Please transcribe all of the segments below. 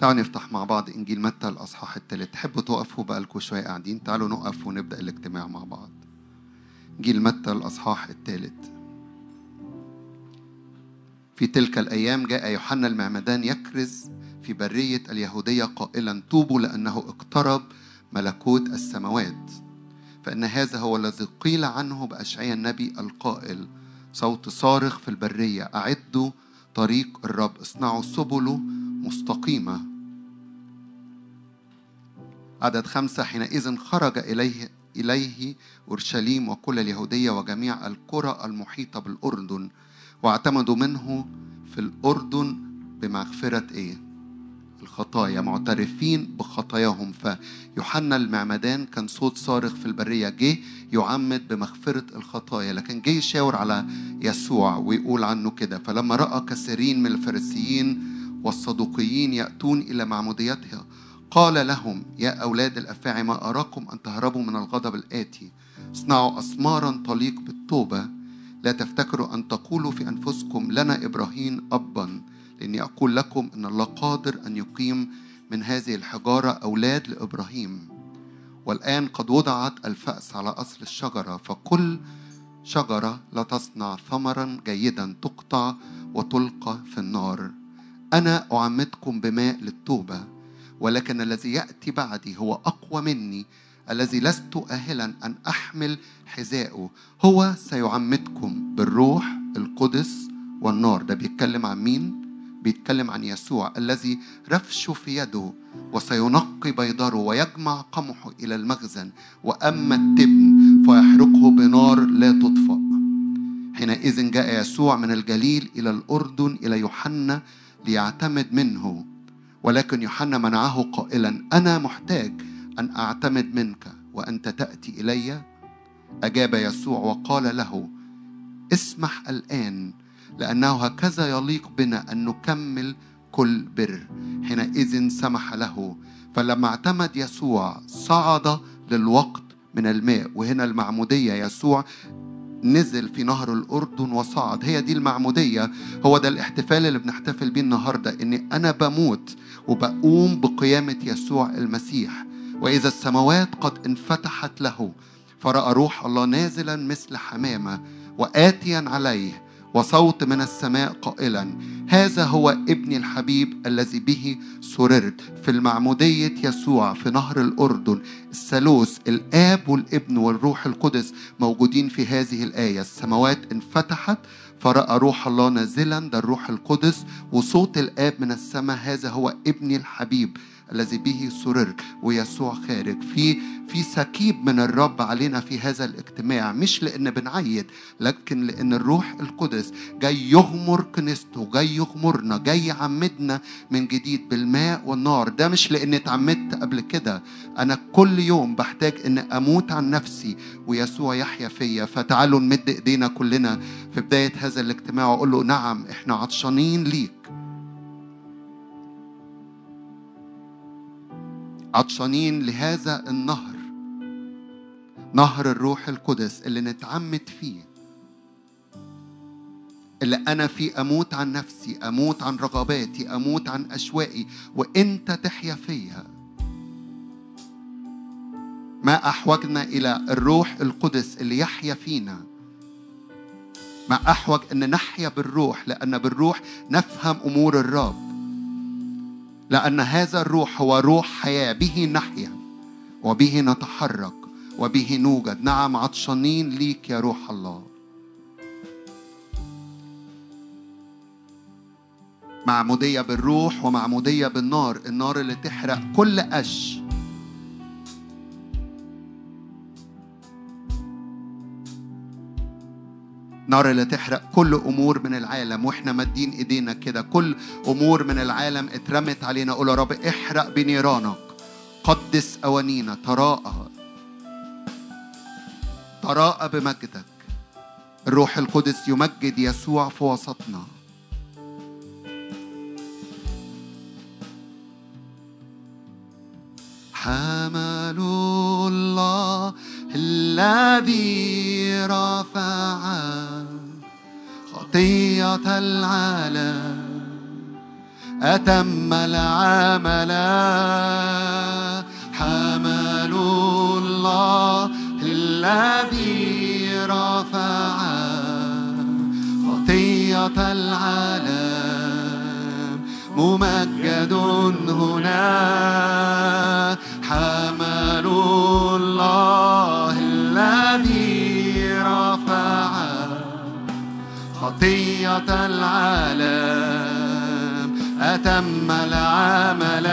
تعالوا نفتح مع بعض إنجيل متى الأصحاح الثالث. تحبوا تقفوا بقالكم شوية قاعدين؟ تعالوا نقف ونبدأ الاجتماع مع بعض. إنجيل متى الأصحاح الثالث. في تلك الأيام جاء يوحنا المعمدان يكرز في برية اليهودية قائلا: توبوا لأنه اقترب ملكوت السماوات. فإن هذا هو الذي قيل عنه بأشعياء النبي القائل: صوت صارخ في البرية، أعدوا طريق الرب، اصنعوا سبله مستقيمة. عدد 5: حينئذ خرج إليه أورشليم وكل اليهودية وجميع القرى المحيطة بالأردن، واعتمدوا منه في الأردن بمغفرة الخطايا، معترفين بخطاياهم. فيوحنا المعمدان كان صوت صارخ في البرية، جه يعمد بمغفرة الخطايا، لكن جه يشاور على يسوع ويقول عنه كده: فلما رأى كثيرين من الفريسيين والصدوقيين يأتون إلى معموديتها قال لهم: يا أولاد الأفاعي، ما أراكم أن تهربوا من الغضب الآتي؟ اصنعوا أثمارا تليق بالتوبة، لا تفتكروا أن تقولوا في أنفسكم: لنا إبراهيم أبا، لأني أقول لكم إن الله قادر أن يقيم من هذه الحجارة أولاد لإبراهيم. والآن قد وضعت الفأس على أصل الشجرة، فكل شجرة لا تصنع ثمرا جيدا تقطع وتلقى في النار. أنا أعمدكم بماء للتوبة، ولكن الذي يأتي بعدي هو أقوى مني، الذي لست أهلا أن أحمل حذاءه. هو سيعمدكم بالروح القدس والنار. ده بيتكلم عن مين؟ بيتكلم عن يسوع الذي رفشه في يده، وسينقي بيضره ويجمع قمحه إلى المخزن، وأما التبن فيحرقه بنار لا تطفأ. حينئذ جاء يسوع من الجليل إلى الأردن إلى يوحنا ليعتمد منه، ولكن يوحنا منعه قائلا: أنا محتاج أن أعتمد منك وأنت تأتي إلي؟ أجاب يسوع وقال له: اسمح الآن، لأنه هكذا يليق بنا أن نكمل كل بر. حينئذ سمح له. فلما اعتمد يسوع صعد للوقت من الماء. وهنا المعمودية، يسوع نزل في نهر الأردن وصعد، هي دي المعمودية. هو ده الاحتفال اللي بنحتفل بيه النهاردة، إني أنا بموت وبقوم بقيامة يسوع المسيح. وإذا السماوات قد انفتحت له، فرأى روح الله نازلا مثل حمامة وآتيا عليه، وصوت من السماء قائلا: هذا هو ابني الحبيب الذي به سررت. في المعمودية يسوع في نهر الأردن، الثالوث الآب والابن والروح القدس موجودين في هذه الآية. السماوات انفتحت فرأى روح الله نازلا، ده الروح القدس، وصوت الآب من السماء: هذا هو ابني الحبيب الذي به سررت. ويسوع خارج في سكيب من الرب علينا في هذا الاجتماع، مش لأن بنعيد، لكن لأن الروح القدس جاي يغمر كنيسته، جاي يغمرنا، جاي يعمدنا من جديد بالماء والنار. ده مش لأني اتعمدت قبل كده، أنا كل يوم بحتاج أن أموت عن نفسي ويسوع يحيا فيا. فتعالوا نمد إيدينا كلنا في بداية هذا الاجتماع وأقول له: نعم، إحنا عطشانين ليك، عطشانين لهذا النهر، نهر الروح القدس اللي نتعمد فيه، اللي أنا فيه أموت عن نفسي، أموت عن رغباتي، أموت عن أشوائي، وإنت تحيا فيها. ما أحوجنا إلى الروح القدس اللي يحيا فينا، ما أحوج أن نحيا بالروح، لأن بالروح نفهم أمور الرب، لأن هذا الروح هو روح حياة، به نحيا وبه نتحرك وبه نوجد. نعم، عطشانين ليك يا روح الله. معمودية بالروح ومعمودية بالنار، النار اللي تحرق كل قش. نار اللي تحرق كل أمور من العالم. وإحنا مدين إيدينا كده، كل أمور من العالم اترمت علينا، قول يا رب: احرق بنيرانك، قدس أوانينا، تراءى بمجدك. الروح القدس يمجد يسوع في وسطنا. حمل الله الذي رفع خطية العالم أتم العمل. حمل الله الذي رفع خطية العالم ممجد هنا. حمل الله الذي رفع خطية العالم أتم العمل.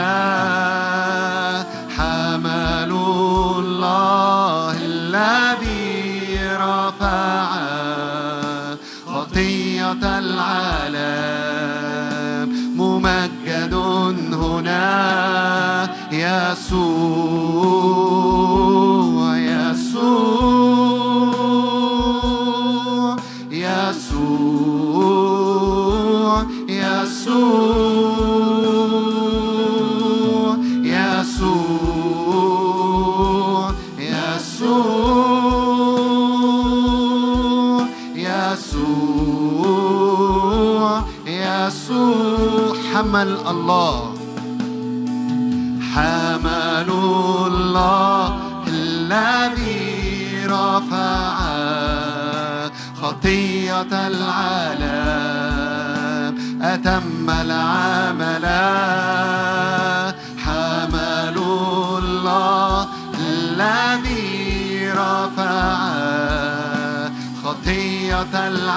حمل الله الذي رفع خطية العالم ممجد هنا. يسوع يسوع يسوع يسوع يسوع يسوع يسوع يسوع. حمل الله حمل الله الذي رفع خطية العالم أتم العمل. حمل الله الذي رفع خطية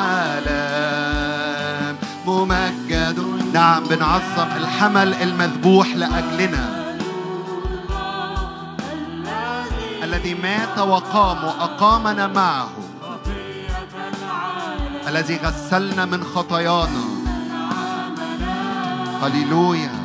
العالم ممجد. نعم بنعظم الحمل المذبوح لأجلنا الذي مات وقام وأقامنا معه، الذي غسلنا من خطايانا. هللويا.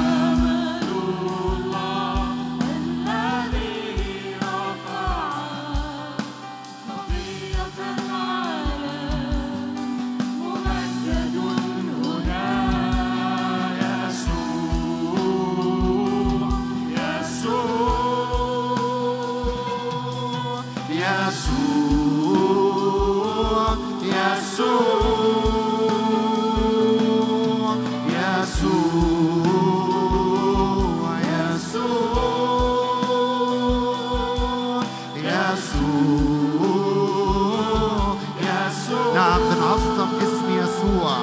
نعم بنعظم اسم يسوع.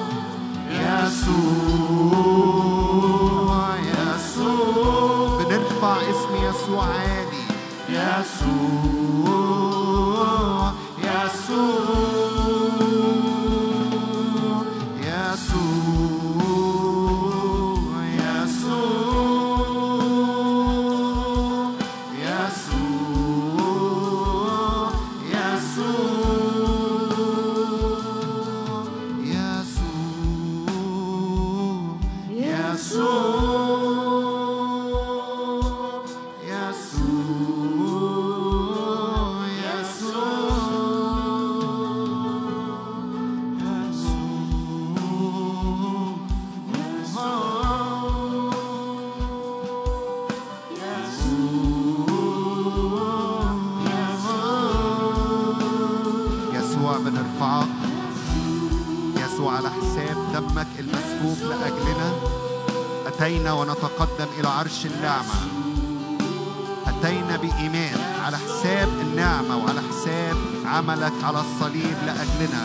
يسوع يسوع بنرفع اسم يسوع عالي. يسوع يسوع يسوع يسوع يسوع بنرفعك يسوع على حساب دمك المسفوك لأجلنا. أتينا ونتقدم إلى عرش النعمة. أتينا بإيمان على حساب النعمة وعلى حساب عملك على الصليب لأجلنا.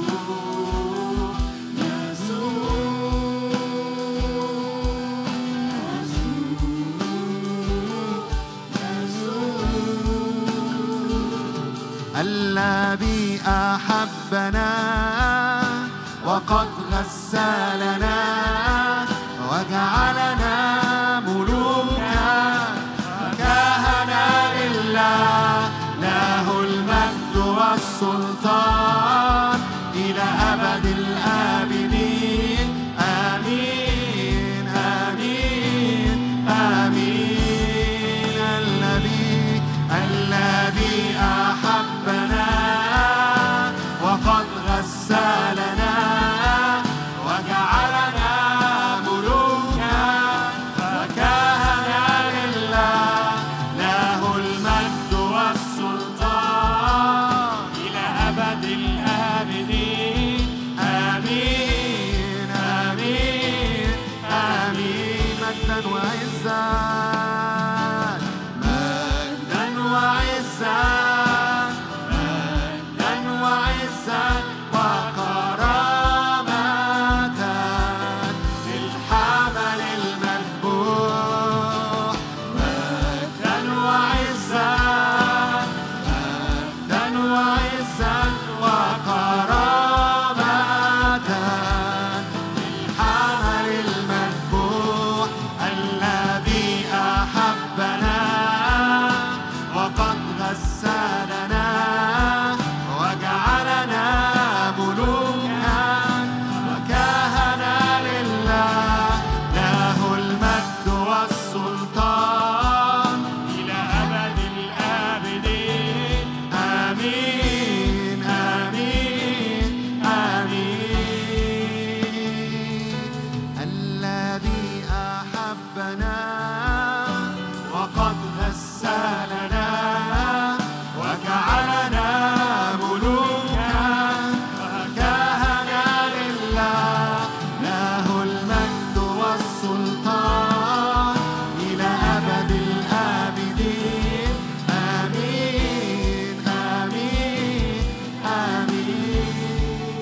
الذي أحبنا وقد غسلنا وجعلنا ملوكا كهنة لله. له المجد والسلطان إلى أبد الآبدين. آمين آمين آمين. الذي أحبنا وقد غسلنا وجعلنا ملوكا مجدا وعزا، مجدا وعزا، مجدا وعزا وكرامة للحمل المذبوح، مجدا وعزا، مجدا وعزا وكرامة للحمل المذبوح الذي أحبنا وقد غسلنا وجعلنا ملوكا وكهنة لله، له المجد والسلطان إلى أبد الآبدين. آمين آمين آمين. الذي أحبنا وقد غسلنا وجعلنا ملوكا وكهنة لله، له المجد والسلطان إلى أبد الآبدين. آمين آمين آمين.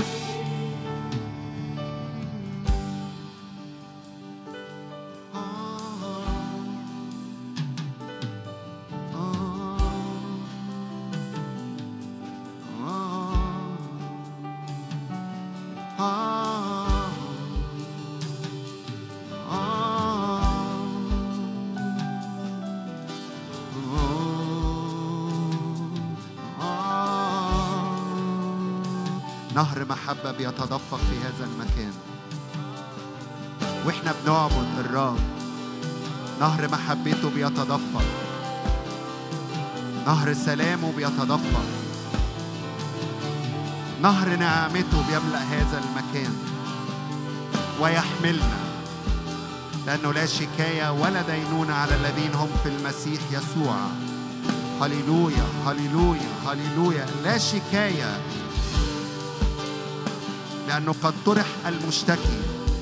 نهر محبة بيتدفق في هذا المكان واحنا بنعبد الرب. نهر محبته بيتدفق، نهر سلامه بيتدفق، نهر نعمته بيملأ هذا المكان ويحملنا، لأنه لا شكاية ولا دينونة على الذين هم في المسيح يسوع. هللويا هللويا هللويا. لا شكاية، لأنه قد طرح المشتكي.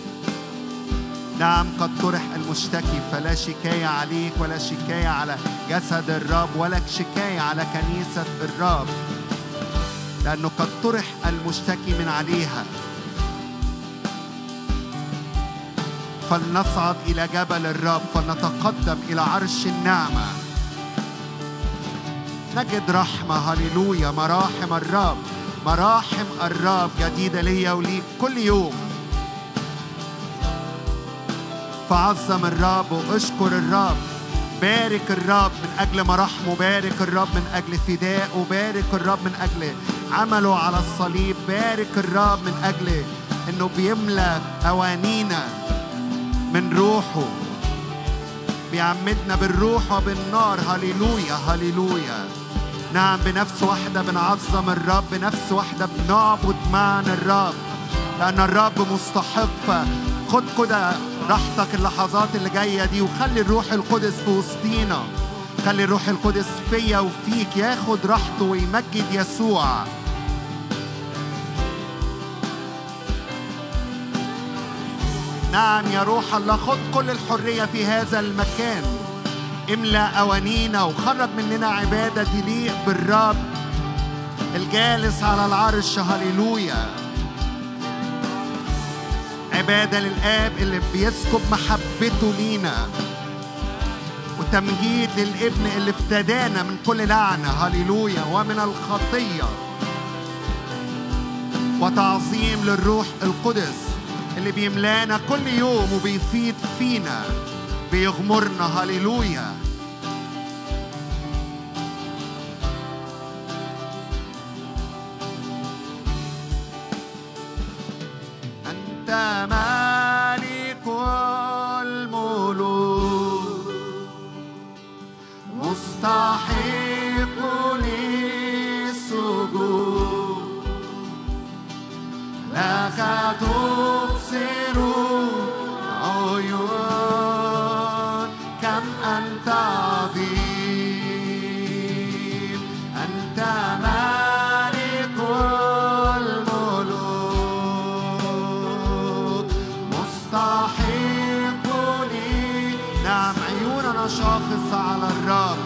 نعم قد طرح المشتكي، فلا شكاية عليك ولا شكاية على جسد الرب ولا شكاية على كنيسة الرب، لأنه قد طرح المشتكي من عليها. فلنصعد إلى جبل الرب، فلنتقدم إلى عرش النعمة، نجد رحمة. هللويا. مراحم الرب، مراحم الرب جديدة ليا وليك كل يوم. فعظم الرب واشكر الرب، بارك الرب من أجل مراحمه، بارك الرب من أجل فدائه، بارك الرب من أجل عمله على الصليب، بارك الرب من أجل أنه بيملأ أوانينا من روحه، بيعمدنا بالروح وبالنار. هللويا هللويا. نعم بنفس واحدة بنعظم الرب، بنفس واحدة بنعبد معنا الرب، لأن الرب مستحق. فخد كده راحتك اللحظات اللي جاية دي، وخلي الروح القدس في وسطينا، خلي الروح القدس فيا وفيك ياخد راحته ويمجد يسوع. نعم يا روح الله، خد كل الحرية في هذا المكان، املأ أوانينا وخرج مننا عبادة تليق بالرب الجالس على العرش. هللويا. عبادة للآب اللي بيسكب محبته لينا، وتمجيد للابن اللي افتدانا من كل لعنة. هللويا. ومن الخطية، وتعظيم للروح القدس اللي بيملانا كل يوم وبيفيد فينا، بيغمرنا. هللويا. أنت مالك الملوك، مستحق للسجود، لك تبصر عيون، كم أنت نعم عيوننا شاخصة على الرب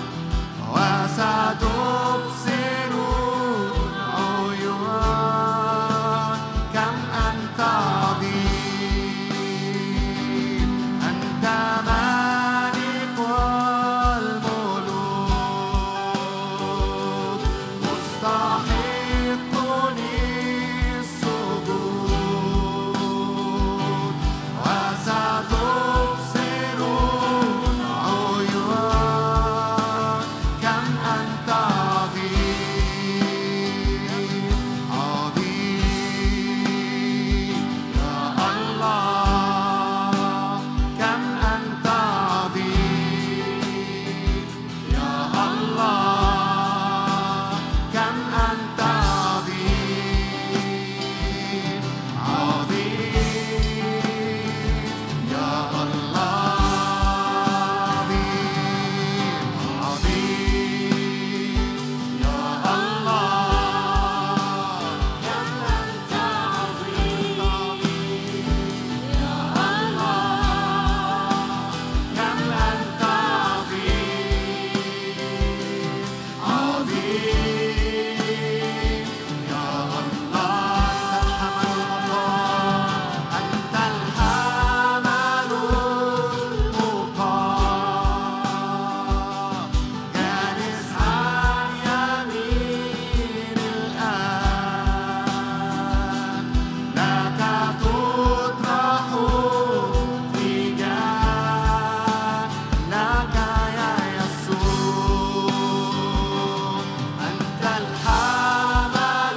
وستبصر عيون كم أنت عظيم أنت مالك الملوك مستحق للسجود وستبصر عيون كم أنت عظيم عظيم يا الله كم أنت عظيم يا الله كم أنت عظيم عظيم يا الله عظيم يا الله كم أنت عظيم يا الله كم أنت عظيم عظيم يا الله أنت الحمل المقام جالس عن يمين الآب لك تطرح رجال لك يا يسوع أنت الحمل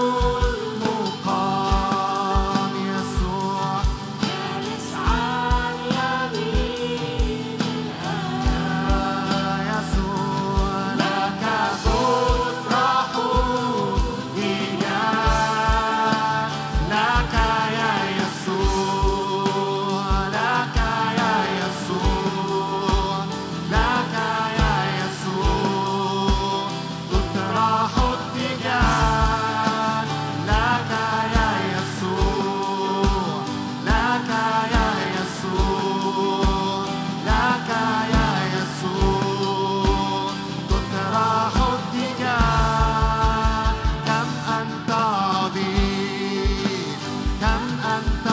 المقام يسوع جالس عن يمين الآب يسوع لك تطرح رجال لك يا يسوع لك يا يسوع لك يا يسوع تطرح التجال لك يا يسوع لك يا يسوع لك يا يسوع تطرح التجال كم أنت عظيم كم أنت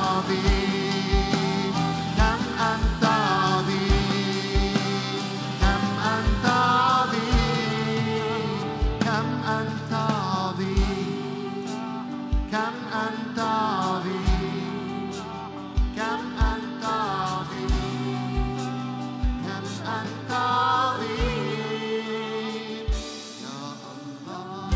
عظيم كم أنت عظيم كم أنت عظيم كم أنت عظيم كم أنت عظيم كم أنت عظيم كم أنت عظيم يا الله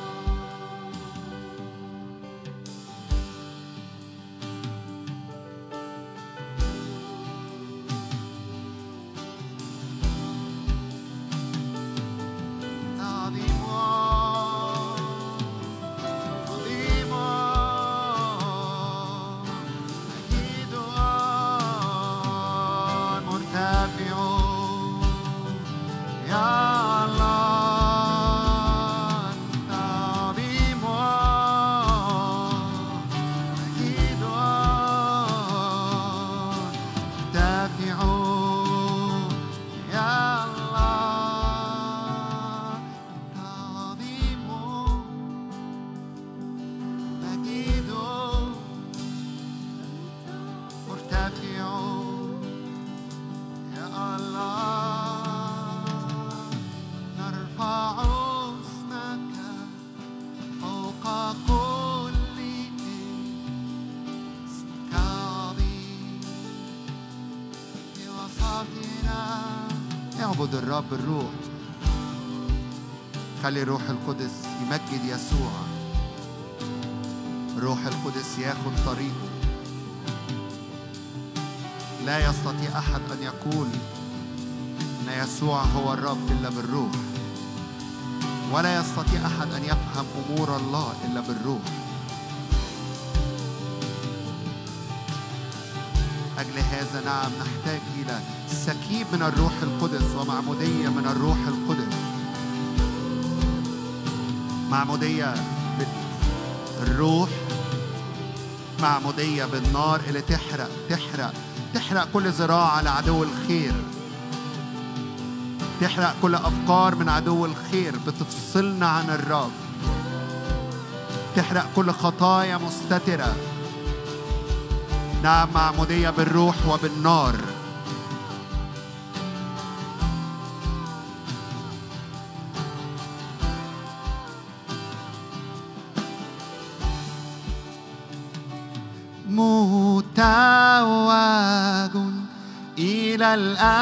عظيم عظيم مجيد مرتفع يا الله أنت عظيم مجيد مرتفع يا الله أنت عظيم مجيد مرتفع يا الله نرفع اسمك فوق كل اسمك عظيم في وسطنا اعبد الرب الروح خلي الروح القدس يمجد يسوع الروح القدس ياخد طريقه لا يستطيع أحد أن يقول أن يسوع هو الرب إلا بالروح ولا يستطيع أحد أن يفهم أمور الله إلا بالروح أجل هذا نعم نحتاج إلى سكيب من الروح القدس ومعمودية من الروح القدس معمودية بالروح معمودية بالنار اللي تحرق تحرق كل ذراع لعدو الخير، تحرق كل أفكار من عدو الخير بتفصلنا عن الرب، تحرق كل خطايا مستترة. نعم، معمودية بالروح وبالنار. متوج إلى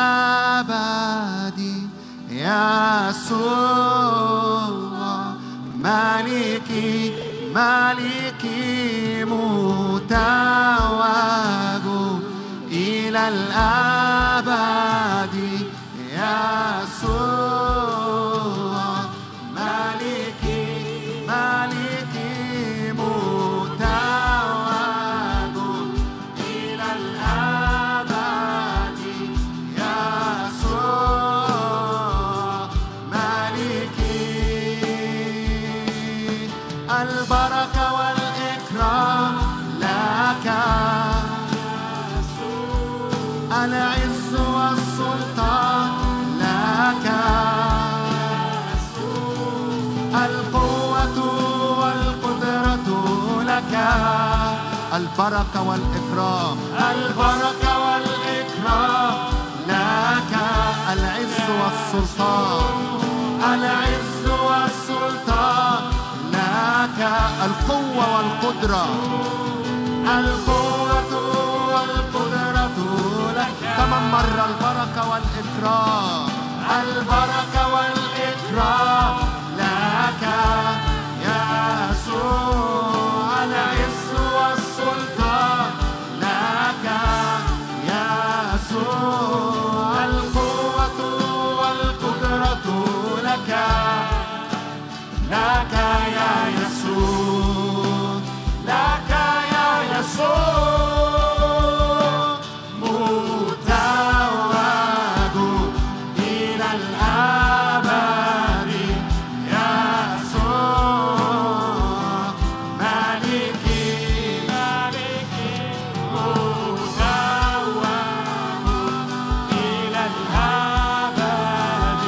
الأبد يسوع مالكي مالكي، متوج إلى الأبد يسوع مالكي مالكي، متوج إلى الأبد يسوع مالكي. البركة والإكرام لك، العز والسلطان لك، القوة والقدرة لك. البركة والإكرام، البركة والإكرام لك، العز والسلطان، العز والسلطان لك، القوة والقدرة، القوة والقدرة لك. كمان مرة، البركة والإكرام، البركة والإكرام لك يا يسوع، العز والسلطان لك يا يسوع، القوة والقدرة لك لك يا يسوع، لك يا يسوع، متوج إلى الأبد يسوع مالكي مالكي، متوج إلى الأبد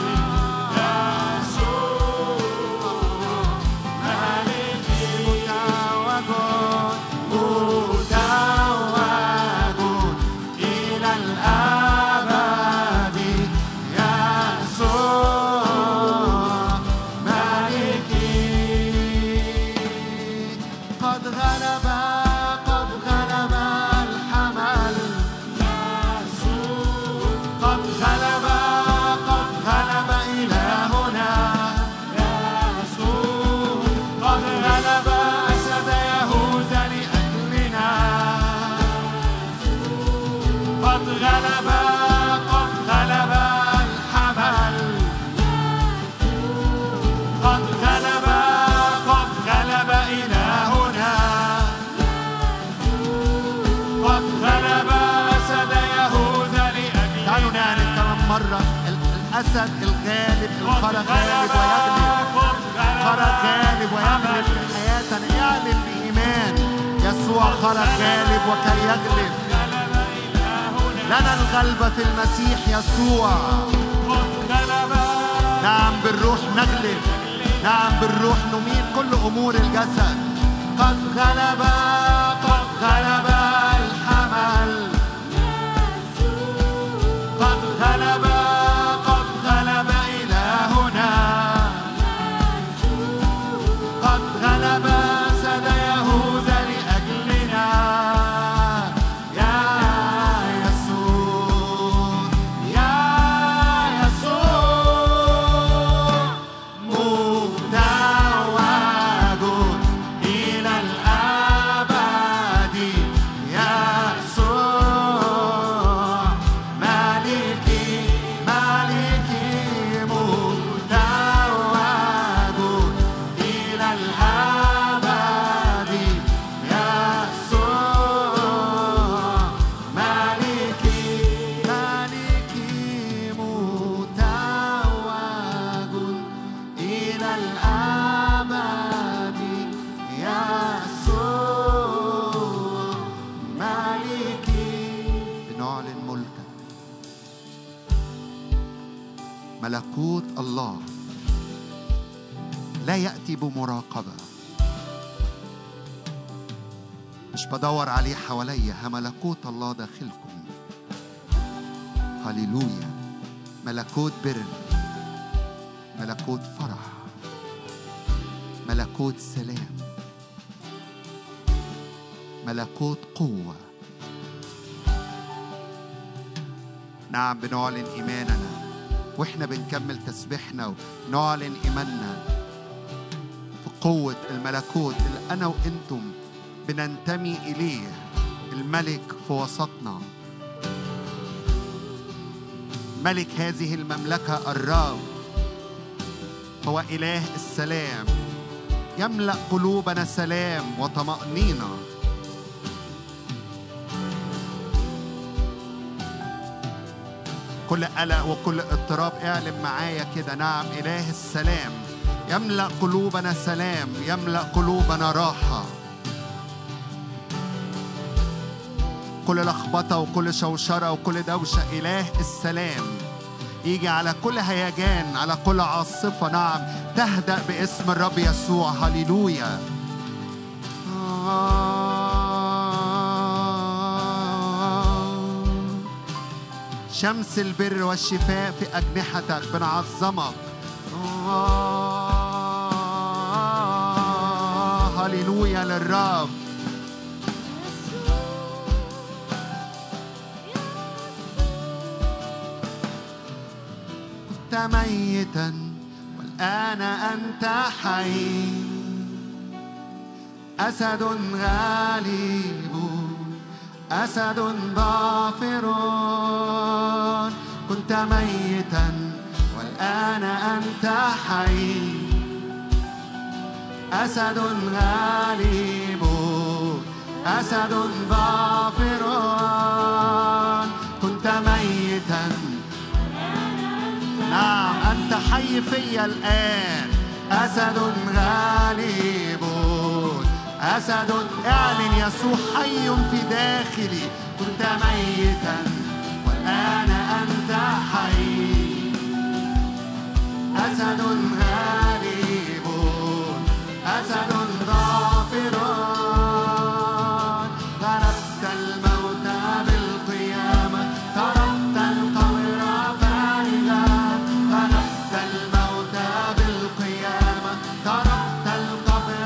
يسوع مالكي، متوج إلى الأبد يسوع مالكي. قد غلب الحمل يسوع، قد غلب إلهنا يسوع، قد غلب أسد يهوذا لأجلنا، قد غلب الحمل، قد غلب إلهنا، قد غلب أسد يهوذا لأجلنا. تعالوا نعلن كمان مرة، الأسد الغالب الخرج غالب ويغلب، خرج غالب ويغلب في حياتنا. اعلن بإيمان، يسوع خرج غالب وكي يغلب. لنا الغلبة في المسيح يسوع. نعم، بالروح نغلب، نعم بالروح نميت كل أمور الجسد. قد غلب الحمل، قد غلب إلهنا، قد غلب أسد يهوذا لأجلنا يا يسوع، يا يسوع، متوج إلى الأبد يسوع مالكي ملكوت الله لا يأتي بمراقبة، مش بدور عليه حواليا، ملكوت الله داخلكم. هللويا. ملكوت بر، ملكوت فرح، ملكوت سلام، ملكوت قوة. نعم، بنعلن إيماننا وإحنا بنكمل تسبيحنا ونعلن إيماننا في قوة الملكوت اللي أنا وإنتم بننتمي إليه. الملك في وسطنا، ملك هذه المملكة الرب هو إله السلام، يملأ قلوبنا سلام وطمأنينة. كل قلق وكل اضطراب اعلن معايا كده. نعم، إله السلام يملأ قلوبنا سلام، يملأ قلوبنا راحة. كل لخبطة وكل شوشرة وكل دوشة، إله السلام يجي على كل هيجان، على كل عاصفة. نعم، تهدأ باسم الرب يسوع. هللويا. شمس البر والشفاء في أجنحتك، بنعظمك. هللويا للرب. كنت ميتا والآن أنت حي، أسد غالب، أسد ظافر. كنت ميتا والآن أنت حي، أسد غالب، أسد ظافر. كنت ميتا، نعم أنت حي فيا الآن. أسد غالب، أسد. اعلن يسوع حي في داخلي. كنت ميتا والآن أنت حي، أسد غالب، أسد ظافر. غلبت الموت بالقيامة، تركت القبر فارغا. غلبت الموت بالقيامة، تركت القبر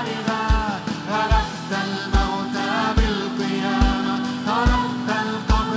فارغا. غلبت الموت بالقيامة، تركت القبر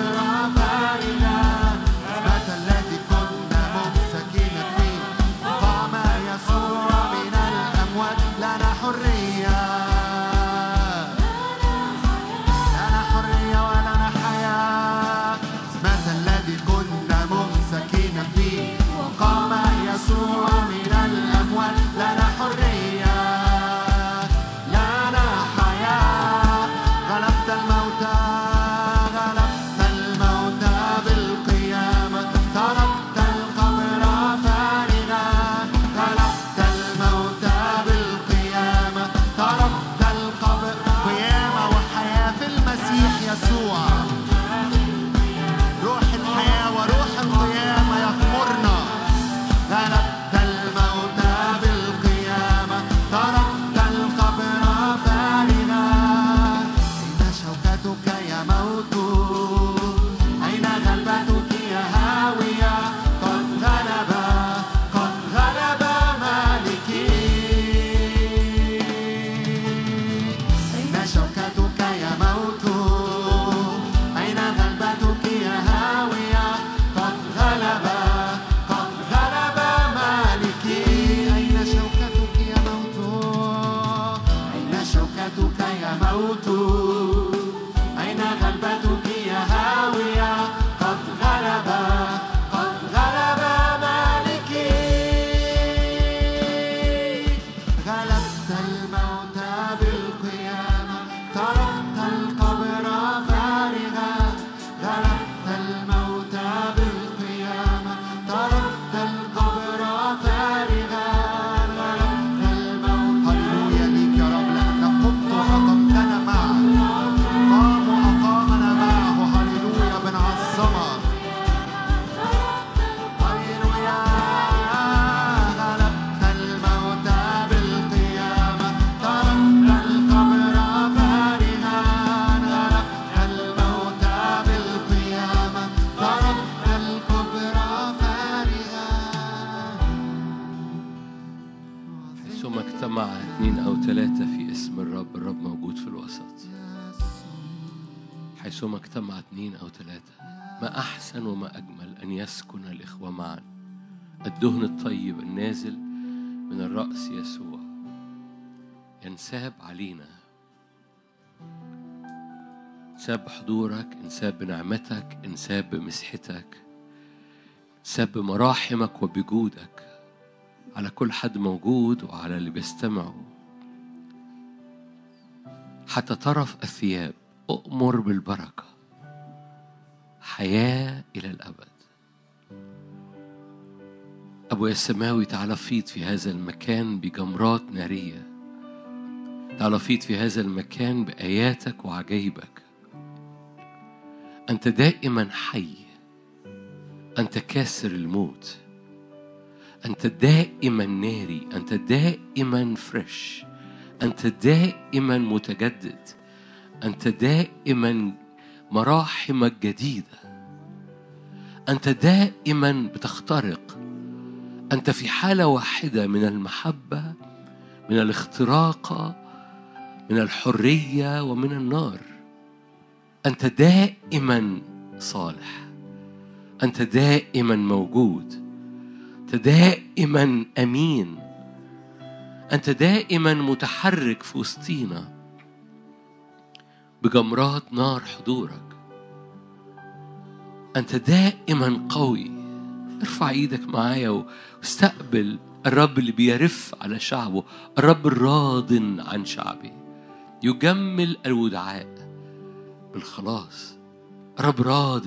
3 في اسم الرب موجود في الوسط. حيثما اجتمع 2 أو 3 ما أحسن وما أجمل أن يسكن الإخوة معا. الدهن الطيب النازل من الرأس يسوع ينساب علينا، انساب بحضورك، انساب بنعمتك، انساب بمسحتك، انساب بمراحمك وبجودك على كل حد موجود وعلى اللي بيستمعوا. حتى طرف الثياب أؤمر بالبركة، حياة إلى الأبد. أبويا السماوي تعالى فيض في هذا المكان بجمرات نارية، تعالى فيض في هذا المكان بآياتك وعجائبك. أنت دائما حي، أنت كاسر الموت، أنت دائما ناري، أنت دائما فريش، أنت دائما متجدد، أنت دائما مراحمك جديدة، أنت دائما بتخترق. أنت في حالة واحدة من المحبة، من الاختراق، من الحرية ومن النار. أنت دائما صالح، أنت دائما موجود، أنت دائما أمين، أنت دائما متحرك في وسطينا بجمرات نار حضورك. أنت دائما قوي. ارفع ايدك معايا واستقبل الرب اللي بيرف على شعبه، الرب الراض عن شعبه، يجمل الودعاء بالخلاص. الرب راض،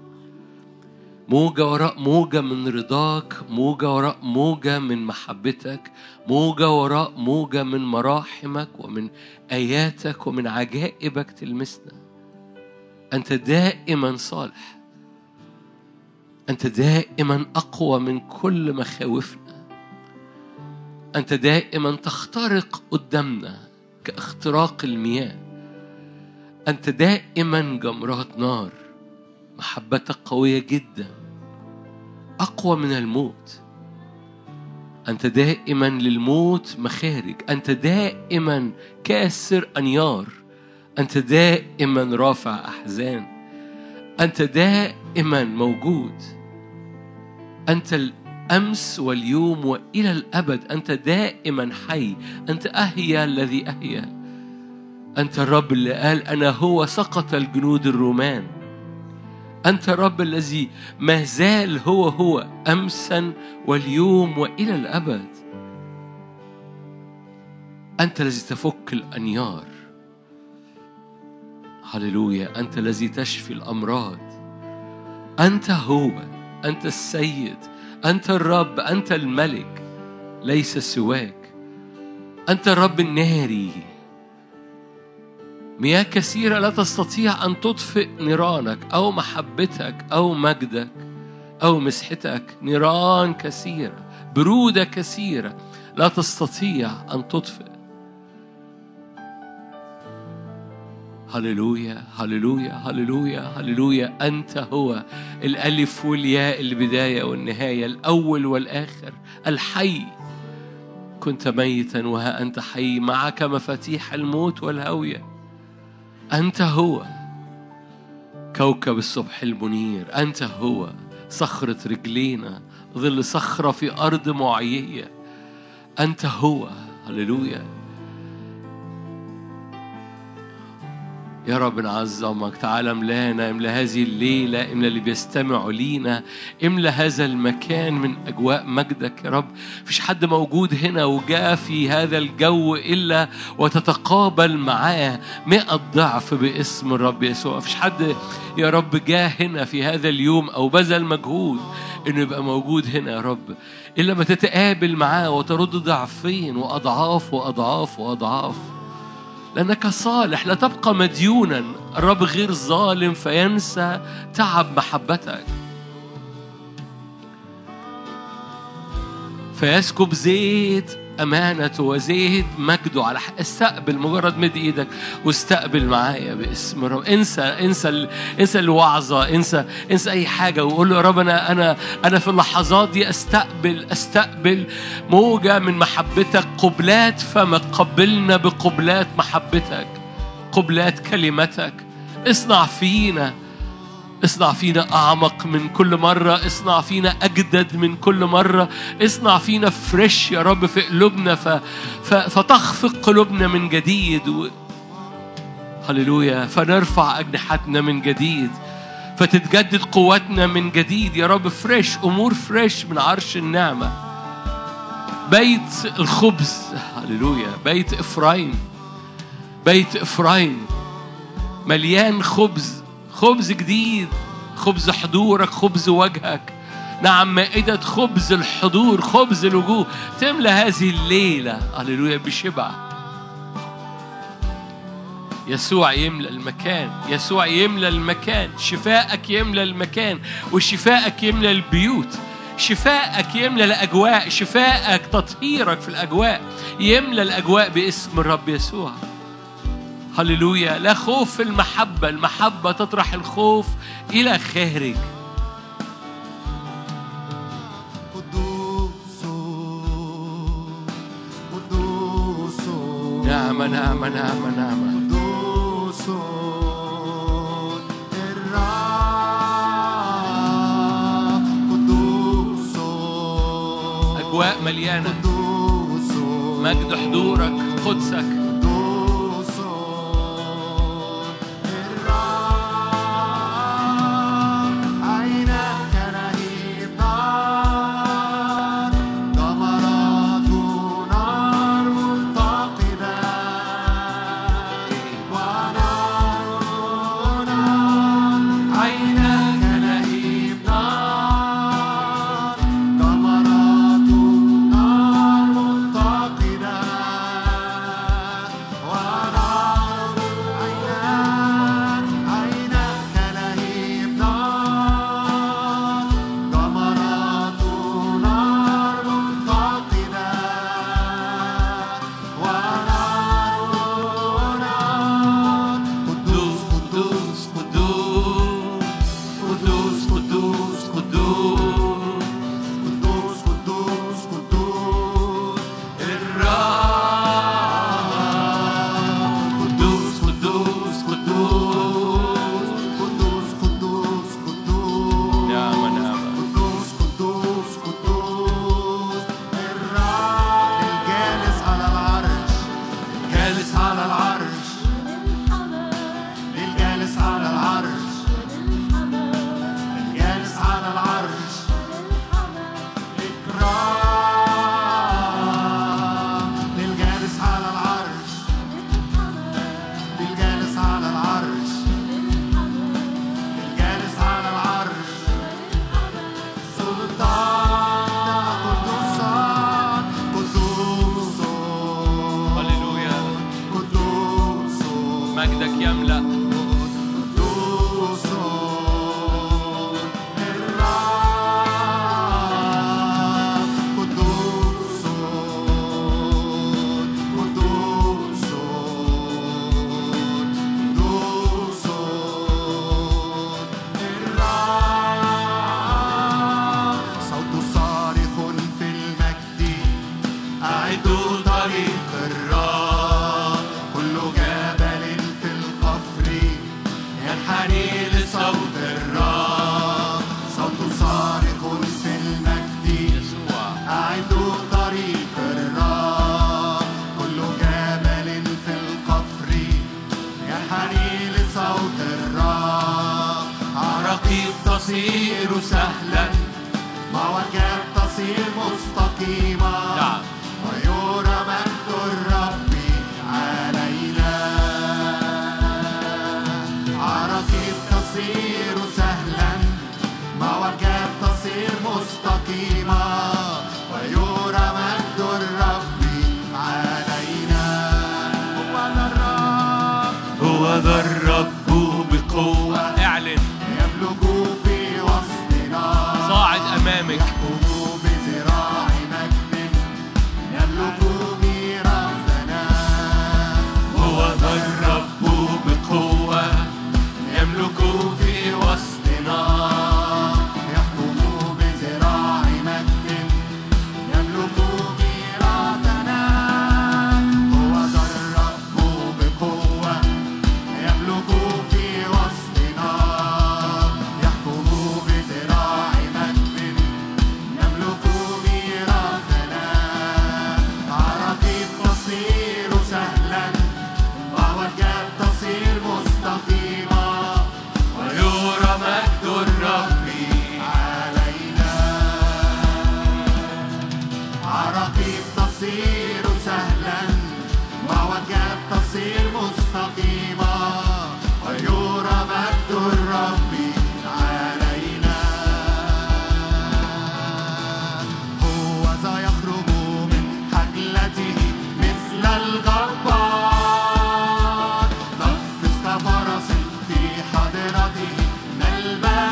موجة وراء موجة من رضاك، موجة وراء موجة من محبتك، موجة وراء موجة من مراحمك ومن آياتك ومن عجائبك تلمسنا. أنت دائما صالح، أنت دائما أقوى من كل مخاوفنا، أنت دائما تخترق قدامنا كاختراق المياه، أنت دائما جمرات نار. محبتك قوية جدا، أقوى من الموت. أنت دائما للموت مخارج، أنت دائما كاسر أنيار، أنت دائما رافع أحزان، أنت دائما موجود. أنت الأمس واليوم وإلى الأبد، أنت دائما حي، أنت أحيا الذي أحيا. أنت الرب اللي قال أنا هو سقط الجنود الرومان. أنت الرب الذي ما زال هو أمسا واليوم وإلى الأبد. أنت الذي تفك الأنيار. هللويا. أنت الذي تشفي الأمراض. أنت هو، أنت السيد، أنت الرب، أنت الملك، ليس سواك. أنت الرب الناري. مياه كثيرة لا تستطيع أن تطفئ نيرانك أو محبتك أو مجدك أو مسحتك. نيران كثيرة، برودة كثيرة لا تستطيع أن تطفئ. هللويا هللويا هللويا هللويا. أنت هو الألف والياء، البداية والنهاية، الأول والآخر، الحي. كنت ميتا وها أنت حي، معك مفاتيح الموت والهوية. أنت هو كوكب الصبح المنير، أنت هو صخرة رجلينا، ظل صخرة في أرض معيية. أنت هو. هللويا. يا رب نعظمك. تعالى املانا، املا هذه الليلة، املا اللي بيستمعوا لينا، املا هذا المكان من أجواء مجدك يا رب. فيش حد موجود هنا وجاء في هذا الجو إلا وتتقابل معاه 100 ضعف باسم الرب يسوع. فيش حد يا رب جاء هنا في هذا اليوم أو بذل مجهود إنه يبقى موجود هنا يا رب إلا ما تتقابل معاه وترد ضعفين وأضعاف وأضعاف وأضعاف، لأنك صالح لا تبقى مديونا. الرب غير ظالم فينسى تعب محبتك، فيسكب زيت أمانته وزيت مجده على استقبل. مجرد مد إيدك واستقبل معايا باسم الرب. انسى الوعظة، انسى أي حاجة، وقول له يا رب أنا في اللحظات دي أستقبل موجة من محبتك، قبلات فمك. قبلنا بقبلات محبتك، قبلات كلمتك. اصنع فينا أعمق من كل مرة، اصنع فينا أجدد من كل مرة، اصنع فينا فريش يا رب في قلوبنا فتخفق قلوبنا من جديد هللويا. فنرفع أجنحتنا من جديد، فتتجدد قوتنا من جديد يا رب. فريش، أمور فريش من عرش النعمة. بيت الخبز، هللويا، بيت إفرايم مليان خبز جديد، خبز حضورك، خبز وجهك. نعم، مائدة خبز الحضور، خبز الوجوه تملى هذه الليلة هللويا بشبع. يسوع يملى المكان، شفائك يملى المكان، وشفائك يملى البيوت، شفائك يملى الأجواء، شفائك تطهيرك في الأجواء يملى الأجواء باسم الرب يسوع. هللويا. لا خوف في المحبة تطرح الخوف إلى خارج. نعم أجواء مليانة مجد حضورك قدسك. بذراع مجد يملك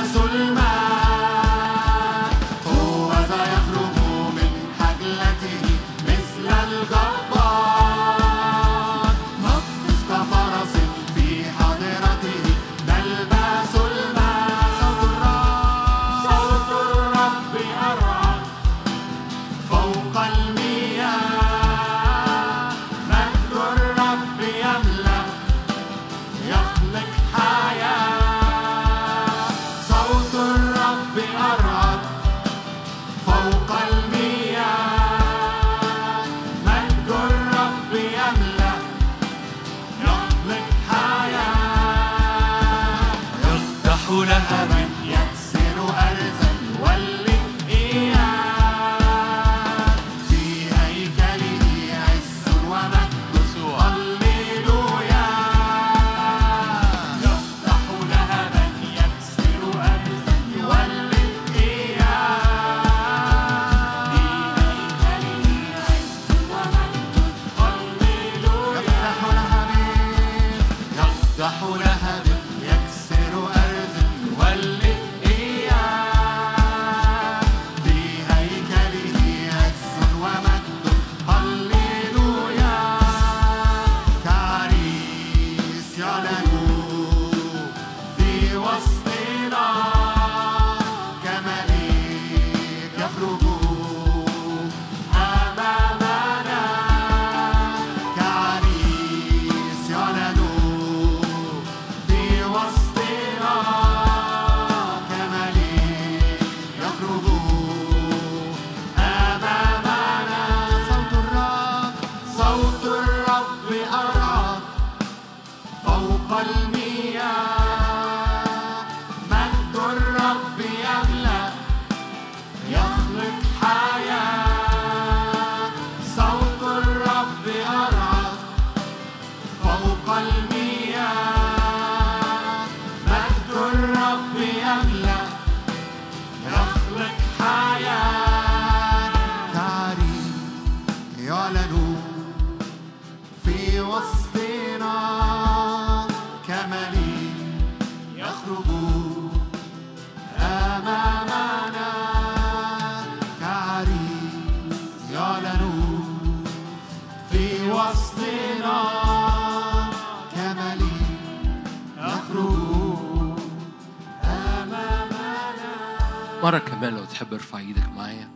مرة كمان لو تحب ارفع ايدك معايا.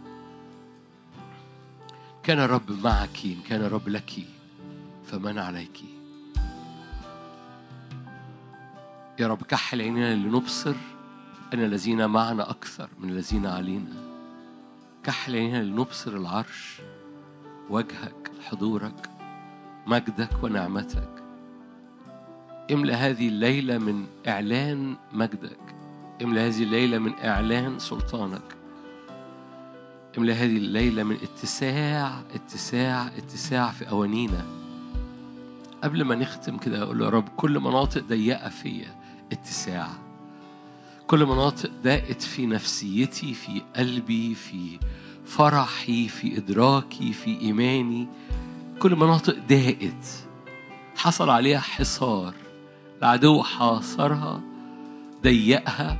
كان الرب معك، إن كان الرب لك فمن عليك. يا رب كحل عيننا لنبصر أن الذين معنا أكثر من الذين علينا. كحل عيننا لنبصر العرش، وجهك، حضورك، مجدك ونعمتك. املأ هذه الليلة من إعلان مجدك، املأ هذه الليلة من إعلان سلطانك، املأ هذه الليلة من اتساع في أوانينا. قبل ما نختم كده أقول يا رب كل مناطق ضيقة فيا اتساع، كل مناطق ضاقت في نفسيتي، في قلبي، في فرحي، في إدراكي، في إيماني، كل مناطق ضاقت حصل عليها حصار، العدو حاصرها ضيقها.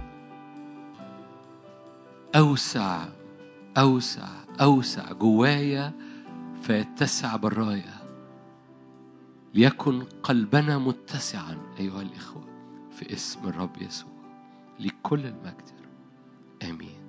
أوسع أوسع أوسع جوايا فيتسع برايا. ليكن قلبنا متسعا أيها الإخوة في اسم الرب يسوع، لكل المجد. آمين.